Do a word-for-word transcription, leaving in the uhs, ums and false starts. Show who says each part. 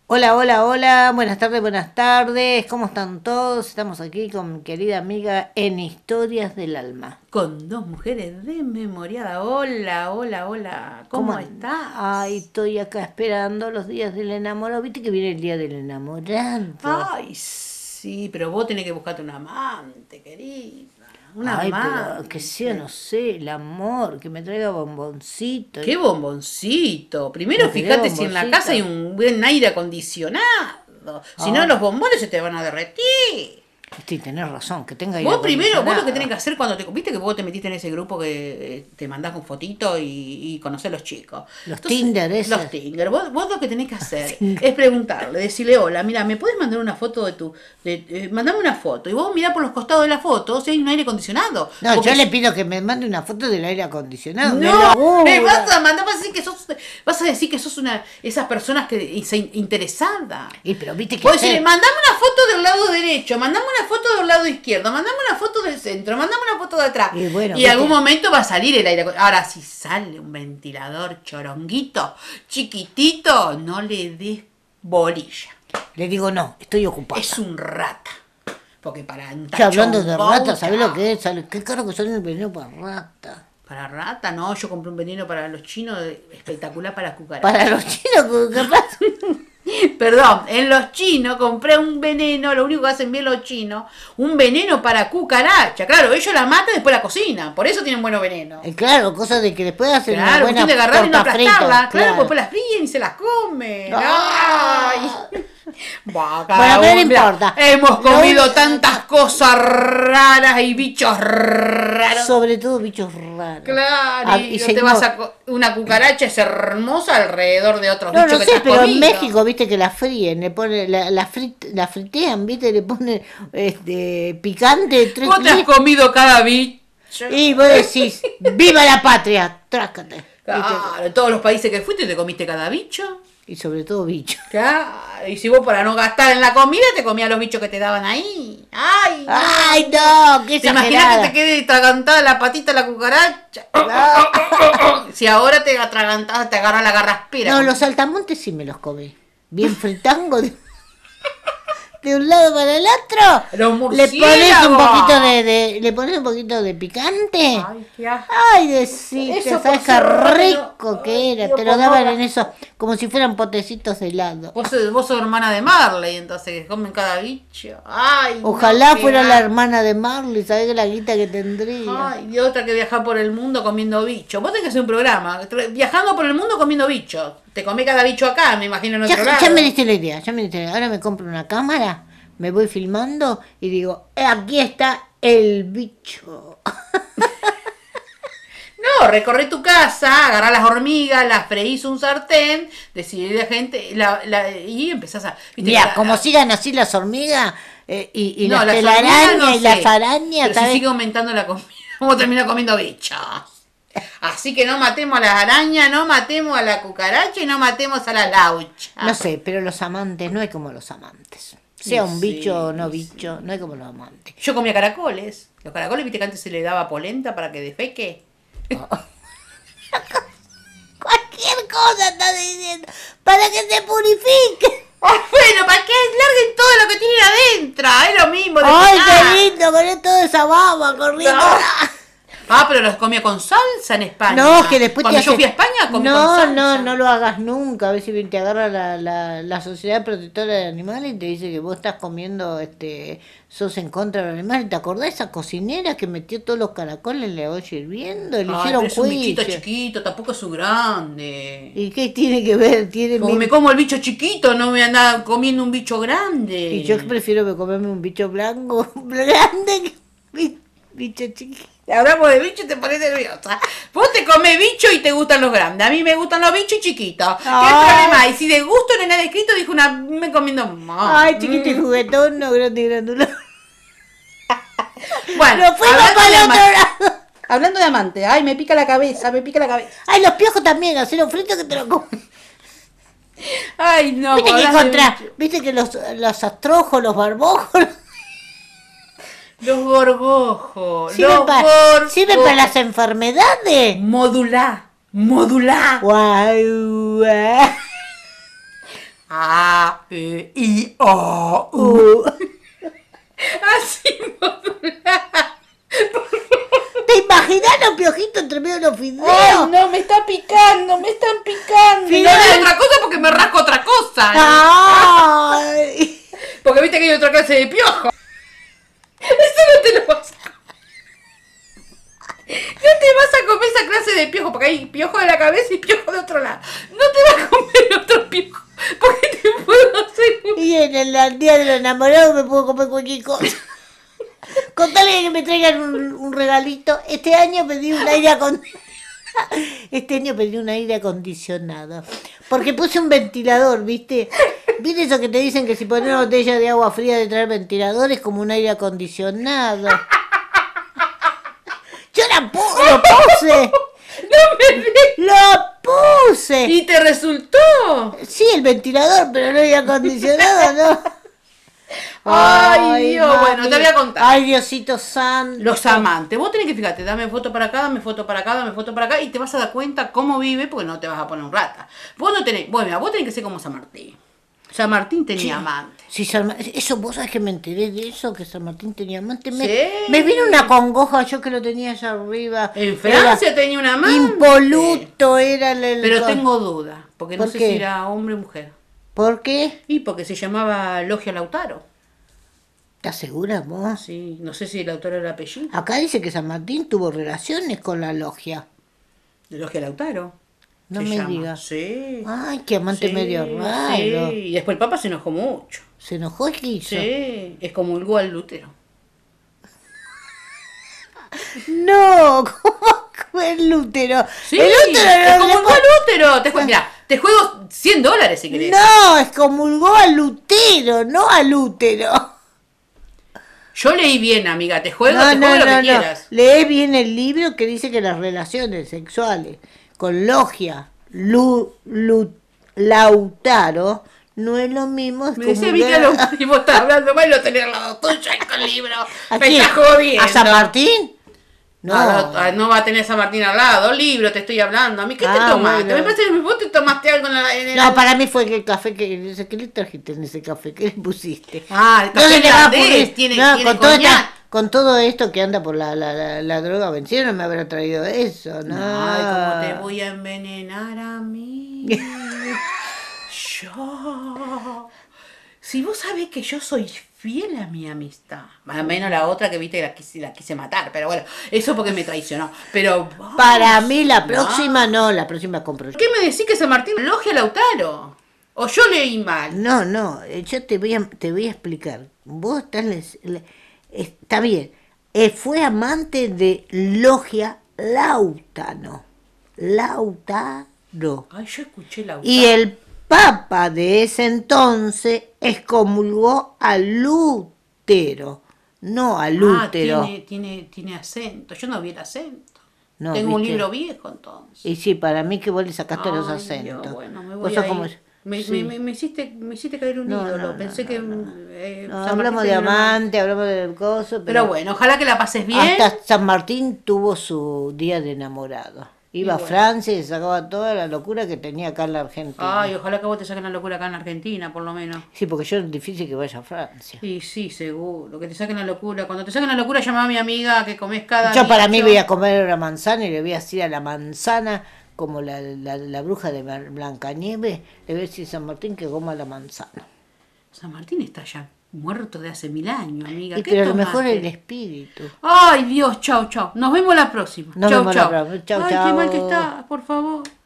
Speaker 1: Hola, hola, hola, buenas tardes, buenas tardes, ¿cómo están todos? Estamos aquí con mi querida amiga en Historias del Alma.
Speaker 2: Con dos mujeres desmemoriadas. Hola, hola, hola.
Speaker 1: ¿Cómo
Speaker 2: ¿Cómo
Speaker 1: andan? Ay,
Speaker 2: estás?
Speaker 1: estoy acá esperando los días del enamorado, viste que viene el día del enamorado.
Speaker 2: Ay, sí, pero vos tenés que buscarte un amante, querida. Un
Speaker 1: Ay, pero que sea, no
Speaker 2: amante.
Speaker 1: sé, el amor, que me traiga bomboncito.
Speaker 2: ¡Qué bomboncito! Primero
Speaker 1: ¿No querés
Speaker 2: fíjate si en la casa hay
Speaker 1: bomboncito?
Speaker 2: un buen aire acondicionado. Si no,
Speaker 1: Ah,
Speaker 2: los bombones se te van a derretir.
Speaker 1: sí, tenés razón, que tenga aire
Speaker 2: Vos primero, vos lo que tenés
Speaker 1: acondicionado.
Speaker 2: que hacer cuando te... Viste que vos te metiste en ese grupo que eh, te mandás con fotito y, y conocés a los chicos.
Speaker 1: Los
Speaker 2: Entonces,
Speaker 1: Tinder
Speaker 2: los
Speaker 1: esos.
Speaker 2: Tinder. Vos, vos lo que tenés que hacer
Speaker 1: Tinder.
Speaker 2: es preguntarle, decirle, hola, mira, ¿me puedes mandar una foto de tu... De, eh, mandame una foto. Y vos mirá por los costados de la foto si hay un aire acondicionado.
Speaker 1: No, yo
Speaker 2: Porque
Speaker 1: le pido que me mande una foto del aire acondicionado, me lo
Speaker 2: no, me vas
Speaker 1: juro.
Speaker 2: a mandar, vas a decir que sos, vas a decir que sos una, esas personas que se interesada.
Speaker 1: Y pero viste que
Speaker 2: Vos decirle,
Speaker 1: hacer.
Speaker 2: mandame una foto del lado derecho, mandame una foto del lado izquierdo, mandame una foto del centro, mandame una foto de atrás.
Speaker 1: Y bueno,
Speaker 2: Y en algún
Speaker 1: viste.
Speaker 2: momento va a salir el aire. Ahora, si sale un ventilador choronguito, chiquitito, no le des bolilla.
Speaker 1: Le digo, no, estoy ocupada.
Speaker 2: Es un rata. Porque para un
Speaker 1: Ya hablando de
Speaker 2: tachongo,
Speaker 1: rata, ¿sabés lo
Speaker 2: chao.
Speaker 1: que es? ¿Sabés qué caro que sale el veneno para rata?
Speaker 2: Para rata, no, yo compré un veneno para los chinos espectacular para
Speaker 1: Para
Speaker 2: cucarachas.
Speaker 1: los chinos, ¿qué pasa?
Speaker 2: Perdón, en los chinos compré un veneno, lo único que hacen bien los chinos, un veneno para cucaracha. Claro, ellos la matan y después la cocinan, por eso tienen buenos venenos.
Speaker 1: Eh, claro, cosa de que después hacen una
Speaker 2: Claro,
Speaker 1: buena
Speaker 2: cuestión de agarrarla y no
Speaker 1: torta frita,
Speaker 2: aplastarla. Claro, pues
Speaker 1: claro.
Speaker 2: después las fríen y se las comen. ¡Ay!
Speaker 1: Ah.
Speaker 2: Bah,
Speaker 1: Bueno,
Speaker 2: cada
Speaker 1: pero no
Speaker 2: uno- mirá,
Speaker 1: importa.
Speaker 2: hemos
Speaker 1: Lo
Speaker 2: comido
Speaker 1: único-
Speaker 2: tantas cosas raras y bichos raros.
Speaker 1: Sobre todo bichos raros.
Speaker 2: Claro,
Speaker 1: Ah,
Speaker 2: y
Speaker 1: y
Speaker 2: no te
Speaker 1: seguimos.
Speaker 2: vas a... co- Una cucaracha es hermosa alrededor de otros
Speaker 1: No, no
Speaker 2: bichos que te
Speaker 1: sé,
Speaker 2: has
Speaker 1: pero en
Speaker 2: comido.
Speaker 1: México, viste que la fríen, le ponen, la, la, frit- la fritean, viste, le ponen este picante, tres
Speaker 2: Vos te has
Speaker 1: clics,
Speaker 2: comido cada bicho.
Speaker 1: y vos decís, ¡viva la patria! Trácate. ¿Viste?
Speaker 2: Claro, en todos los países que fuiste te comiste cada bicho.
Speaker 1: Y sobre todo bicho.
Speaker 2: Claro, y si vos para no gastar en la comida te comías los bichos que te daban ahí. ¡Ay, no!
Speaker 1: ¡Ay, no! ¡Qué
Speaker 2: ¿Te imaginas que te
Speaker 1: exagerada!
Speaker 2: quede atragantada la patita de la cucaracha?
Speaker 1: No,
Speaker 2: Si ahora te atragantas, te agarra la garraspera.
Speaker 1: no, los saltamontes sí me los comí. Bien fritango de, de un lado para el otro.
Speaker 2: Los
Speaker 1: Le pones un
Speaker 2: murciélagos.
Speaker 1: poquito de, de- le pones un poquito de picante.
Speaker 2: Ay, qué asco.
Speaker 1: Ay, deciste,
Speaker 2: Eso
Speaker 1: ¿sabes
Speaker 2: por
Speaker 1: qué
Speaker 2: ser raro.
Speaker 1: rico que
Speaker 2: Ay,
Speaker 1: era?
Speaker 2: Dios,
Speaker 1: Te lo
Speaker 2: por
Speaker 1: daban
Speaker 2: favor.
Speaker 1: en eso, como si fueran potecitos de helado.
Speaker 2: Vos, sos- vos sos hermana de Marley, entonces que comen cada bicho. Ay, no,
Speaker 1: Ojalá
Speaker 2: qué
Speaker 1: fuera la
Speaker 2: asco.
Speaker 1: hermana de Marley, ¿sabes la guita que tendría?
Speaker 2: Ay, y otra que viajar por el mundo comiendo bichos. Vos tenés que hacer un programa. tra- Viajando por el mundo comiendo bichos. Te comés cada bicho acá, me imagino en
Speaker 1: Ya,
Speaker 2: otro
Speaker 1: ya
Speaker 2: lado.
Speaker 1: me diste la idea, ya me diste la idea. Ahora me compro una cámara, me voy filmando y digo, "Eh, aquí está el bicho".
Speaker 2: No, recorre tu casa, agarrá las hormigas, las freís un sartén, decidí la gente, la, la- y empezás a... ¿viste?
Speaker 1: Mira,
Speaker 2: La-
Speaker 1: como sigan así las hormigas eh, y, y
Speaker 2: no,
Speaker 1: las
Speaker 2: las
Speaker 1: telarañas
Speaker 2: hormigas no
Speaker 1: y las
Speaker 2: sé,
Speaker 1: arañas,
Speaker 2: pero si
Speaker 1: ¿sabes?
Speaker 2: sigue aumentando la comida, vamos a terminar comiendo bichos. Así que no matemos a las arañas, no matemos a la cucaracha y no matemos a la laucha.
Speaker 1: No sé, pero los amantes, no hay como los amantes. Sea un
Speaker 2: Sí,
Speaker 1: bicho o no
Speaker 2: sí.
Speaker 1: bicho, no hay como los amantes.
Speaker 2: Yo comía caracoles. Los caracoles, viste que antes se le daba polenta para que defeque.
Speaker 1: Cualquier cosa está diciendo, para que se purifique.
Speaker 2: Ay, bueno, ¿para qué larguen todo lo que tienen adentro? Es lo mismo de
Speaker 1: Ay,
Speaker 2: pecar.
Speaker 1: qué lindo, con toda esa baba corriendo.
Speaker 2: No. Ah, pero los comía con salsa en España.
Speaker 1: No, que después
Speaker 2: Cuando
Speaker 1: te
Speaker 2: yo
Speaker 1: hace-
Speaker 2: fui a España comí
Speaker 1: no,
Speaker 2: con salsa.
Speaker 1: No, no lo hagas nunca. A ver si te agarra la, la, la Sociedad Protectora de Animales y te dice que vos estás comiendo, este, sos en contra de los animales. ¿Te acordás de esa cocinera que metió todos los caracoles en la olla hirviendo? Le
Speaker 2: Ay,
Speaker 1: hicieron
Speaker 2: pero es un bichito
Speaker 1: juicio.
Speaker 2: chiquito, tampoco es un grande.
Speaker 1: ¿Y qué tiene que ver? Tiene
Speaker 2: Como
Speaker 1: mi-
Speaker 2: me como el bicho chiquito, no me andaba comiendo un bicho grande.
Speaker 1: Y yo prefiero comerme un bicho blanco grande que un bicho chiquito.
Speaker 2: Hablamos de bicho y te pones nerviosa. Vos te comés bicho y te gustan los grandes. A mí me gustan los bichos chiquitos. ¿Qué
Speaker 1: Ay.
Speaker 2: problema hay? Si de gusto no hay nada escrito, dijo una... Me comiendo más.
Speaker 1: Ay, chiquito y juguetón, no grande y grandular.
Speaker 2: Bueno,
Speaker 1: Nos fuimos
Speaker 2: hablando
Speaker 1: para
Speaker 2: de
Speaker 1: el
Speaker 2: ama-
Speaker 1: otro lado.
Speaker 2: Hablando de amante. Ay, me pica la cabeza, me pica la cabeza.
Speaker 1: Ay, los piojos también, hacer un frito que te lo comes.
Speaker 2: Ay, no.
Speaker 1: Viste que
Speaker 2: hablando de
Speaker 1: contra,
Speaker 2: bicho.
Speaker 1: viste que los, los astrojos, los barbojos,
Speaker 2: Los gorgojos.
Speaker 1: sirven,
Speaker 2: Los
Speaker 1: para,
Speaker 2: gorgojos.
Speaker 1: sirven para las enfermedades.
Speaker 2: Modular. Modular.
Speaker 1: Guau, guau.
Speaker 2: A, E, I, O, U.
Speaker 1: Uh,
Speaker 2: Así modulá.
Speaker 1: ¿Te imaginas los piojitos entre medio de los fideos?
Speaker 2: Ay, no, me está picando, me están picando. Y no es otra cosa porque me rasco otra cosa. ¿Eh?
Speaker 1: Ay.
Speaker 2: Porque viste que hay otra clase de piojo. Eso no te lo vas a comer. No te vas a comer esa clase de piojo, porque hay piojo de la cabeza y piojo de otro lado. No te vas a comer otro piojo, porque te puedo hacer un...
Speaker 1: Y en el, el día de los enamorados me puedo comer cualquier cosa. Con tal de que me traigan un, un regalito. Este año pedí un aire acondicionado. Este año pedí un aire acondicionado. Porque puse un ventilador, ¿viste? ¿Viste eso que te dicen que si pones una botella de agua fría de traer ventilador es como un aire acondicionado? Yo la pu- lo puse.
Speaker 2: ¡No me digas!
Speaker 1: ¡Lo puse!
Speaker 2: ¿Y te resultó?
Speaker 1: Sí, el ventilador, pero no aire acondicionado, ¿no?
Speaker 2: Ay, Dios,
Speaker 1: mami.
Speaker 2: bueno, te voy a contar.
Speaker 1: Ay, Diosito santo.
Speaker 2: Los amantes. Vos tenés que fijarte, dame foto para acá, dame foto para acá, dame foto para acá y te vas a dar cuenta cómo vive porque no te vas a poner un rata. Vos no tenés, bueno, mira, vos tenés que ser como San Martín. San Martín tenía
Speaker 1: Sí.
Speaker 2: amante.
Speaker 1: Sí, San Ma- eso, vos sabés que me enteré de eso, que San Martín tenía amante. Me,
Speaker 2: Sí.
Speaker 1: me vino una congoja, yo que lo tenía allá arriba.
Speaker 2: En Francia tenía una amante.
Speaker 1: Impoluto era el... el
Speaker 2: Pero
Speaker 1: co-
Speaker 2: tengo duda, porque no
Speaker 1: ¿Por
Speaker 2: sé
Speaker 1: qué?
Speaker 2: si era hombre o mujer.
Speaker 1: ¿Por qué?
Speaker 2: Y porque se llamaba Logia Lautaro.
Speaker 1: ¿Estás segura vos?
Speaker 2: Sí, no sé si Lautaro era el apellido.
Speaker 1: Acá dice que San Martín tuvo relaciones con la logia.
Speaker 2: De Logia Lautaro.
Speaker 1: No
Speaker 2: se
Speaker 1: me
Speaker 2: llama.
Speaker 1: digas.
Speaker 2: Sí.
Speaker 1: Ay, qué amante
Speaker 2: Sí,
Speaker 1: medio raro.
Speaker 2: Sí, y después el Papa se enojó mucho.
Speaker 1: ¿Se enojó y qué hizo?
Speaker 2: Sí, excomulgó al Lutero.
Speaker 1: No, ¿cómo fue el útero?
Speaker 2: Sí,
Speaker 1: el útero no,
Speaker 2: excomulgó al Lutero. Te, jue- Mirá, te juego cien dólares si querés.
Speaker 1: no, excomulgó al Lutero, no al útero.
Speaker 2: Yo leí bien, amiga, te juego,
Speaker 1: No,
Speaker 2: te
Speaker 1: no,
Speaker 2: juego lo
Speaker 1: no,
Speaker 2: que
Speaker 1: no.
Speaker 2: quieras.
Speaker 1: Lee bien el libro que dice que las relaciones sexuales con logia, lu, lu- Lautaro, no es lo mismo. es
Speaker 2: Me decía
Speaker 1: comulgar
Speaker 2: Mica,
Speaker 1: a-
Speaker 2: lo y vos estás hablando mal y lo tenés al lado tuyo ahí con el libro.
Speaker 1: ¿A
Speaker 2: Me
Speaker 1: quién?
Speaker 2: estás jodiendo.
Speaker 1: ¿A San Martín? No.
Speaker 2: No, no, no va a tener San Martín al lado, libro te estoy hablando. A mí, ¿qué te
Speaker 1: Ah,
Speaker 2: tomaste?
Speaker 1: bueno.
Speaker 2: Me parece que vos te tomaste algo en, la, en el...
Speaker 1: No, para mí fue que el café que... ¿Qué le trajiste en ese café? ¿Qué le pusiste?
Speaker 2: Ah, el
Speaker 1: No
Speaker 2: café
Speaker 1: se le va a
Speaker 2: irlandés,
Speaker 1: poner-
Speaker 2: tiene,
Speaker 1: no,
Speaker 2: tiene
Speaker 1: con, todo
Speaker 2: coñac.
Speaker 1: esta- con todo esto que anda por la, la, la, la droga vencida, no me habrá traído eso, ¿no?
Speaker 2: Ay, cómo te voy a envenenar a mí. Yo. Si vos sabés que yo soy fiel a mi amistad. Más o menos la otra que viste que la quise, la quise matar. Pero bueno, eso porque me traicionó. Pero. vos,
Speaker 1: Para mí la
Speaker 2: no.
Speaker 1: próxima no, la próxima compro yo.
Speaker 2: ¿Qué me decís que San Martín logia a Lautaro? ¿O yo leí mal?
Speaker 1: No, no, eh, yo te voy a, te voy a explicar. Vos estás... les- le- está bien. Eh, fue amante de Logia Lautaro. Lautaro.
Speaker 2: Ay, yo escuché Lautaro.
Speaker 1: Y el papa de ese entonces excomulgó a Lutero, no a
Speaker 2: Ah,
Speaker 1: Lútero.
Speaker 2: tiene, tiene, tiene acento. Yo no vi el acento.
Speaker 1: No,
Speaker 2: Tengo un
Speaker 1: ¿viste?
Speaker 2: libro viejo entonces.
Speaker 1: Y sí, para mí que vos le sacaste los
Speaker 2: Ay,
Speaker 1: acentos.
Speaker 2: Dios, bueno, me
Speaker 1: Vos
Speaker 2: voy
Speaker 1: sos
Speaker 2: a
Speaker 1: como-
Speaker 2: ir. Me,
Speaker 1: sí.
Speaker 2: me, me, me hiciste, me hiciste caer un
Speaker 1: No,
Speaker 2: ídolo.
Speaker 1: no,
Speaker 2: Pensé
Speaker 1: no,
Speaker 2: que.
Speaker 1: no,
Speaker 2: eh,
Speaker 1: No,
Speaker 2: San
Speaker 1: hablamos
Speaker 2: Martín
Speaker 1: de
Speaker 2: tenía una-
Speaker 1: amante, hablamos del coso, pero,
Speaker 2: Pero bueno, ojalá que la pases bien.
Speaker 1: hasta San Martín tuvo su día de enamorado. Iba
Speaker 2: Y
Speaker 1: a
Speaker 2: bueno.
Speaker 1: Francia y se sacaba toda la locura que tenía acá en la Argentina.
Speaker 2: Ay, ojalá que vos te saquen la locura acá en Argentina, por lo menos.
Speaker 1: Sí, porque yo es difícil que vaya a Francia.
Speaker 2: Sí, sí, seguro. Que te saquen la locura. Cuando te saquen la locura, llama a mi amiga que comes cada día.
Speaker 1: Yo para mí voy a comer una manzana y le voy a decir a la manzana, como la, la, la bruja de Blan- Blancanieves, le voy a decir a San Martín que coma la manzana.
Speaker 2: San Martín está ya muerto de hace mil años, amiga.
Speaker 1: Y
Speaker 2: ¿Qué
Speaker 1: pero a lo mejor
Speaker 2: tomaste?
Speaker 1: el espíritu.
Speaker 2: Ay, Dios, chau, chau. Nos vemos la próxima.
Speaker 1: Nos
Speaker 2: chau,
Speaker 1: vemos la
Speaker 2: chau.
Speaker 1: próxima. Chau,
Speaker 2: Ay,
Speaker 1: chau.
Speaker 2: qué mal que está, por favor.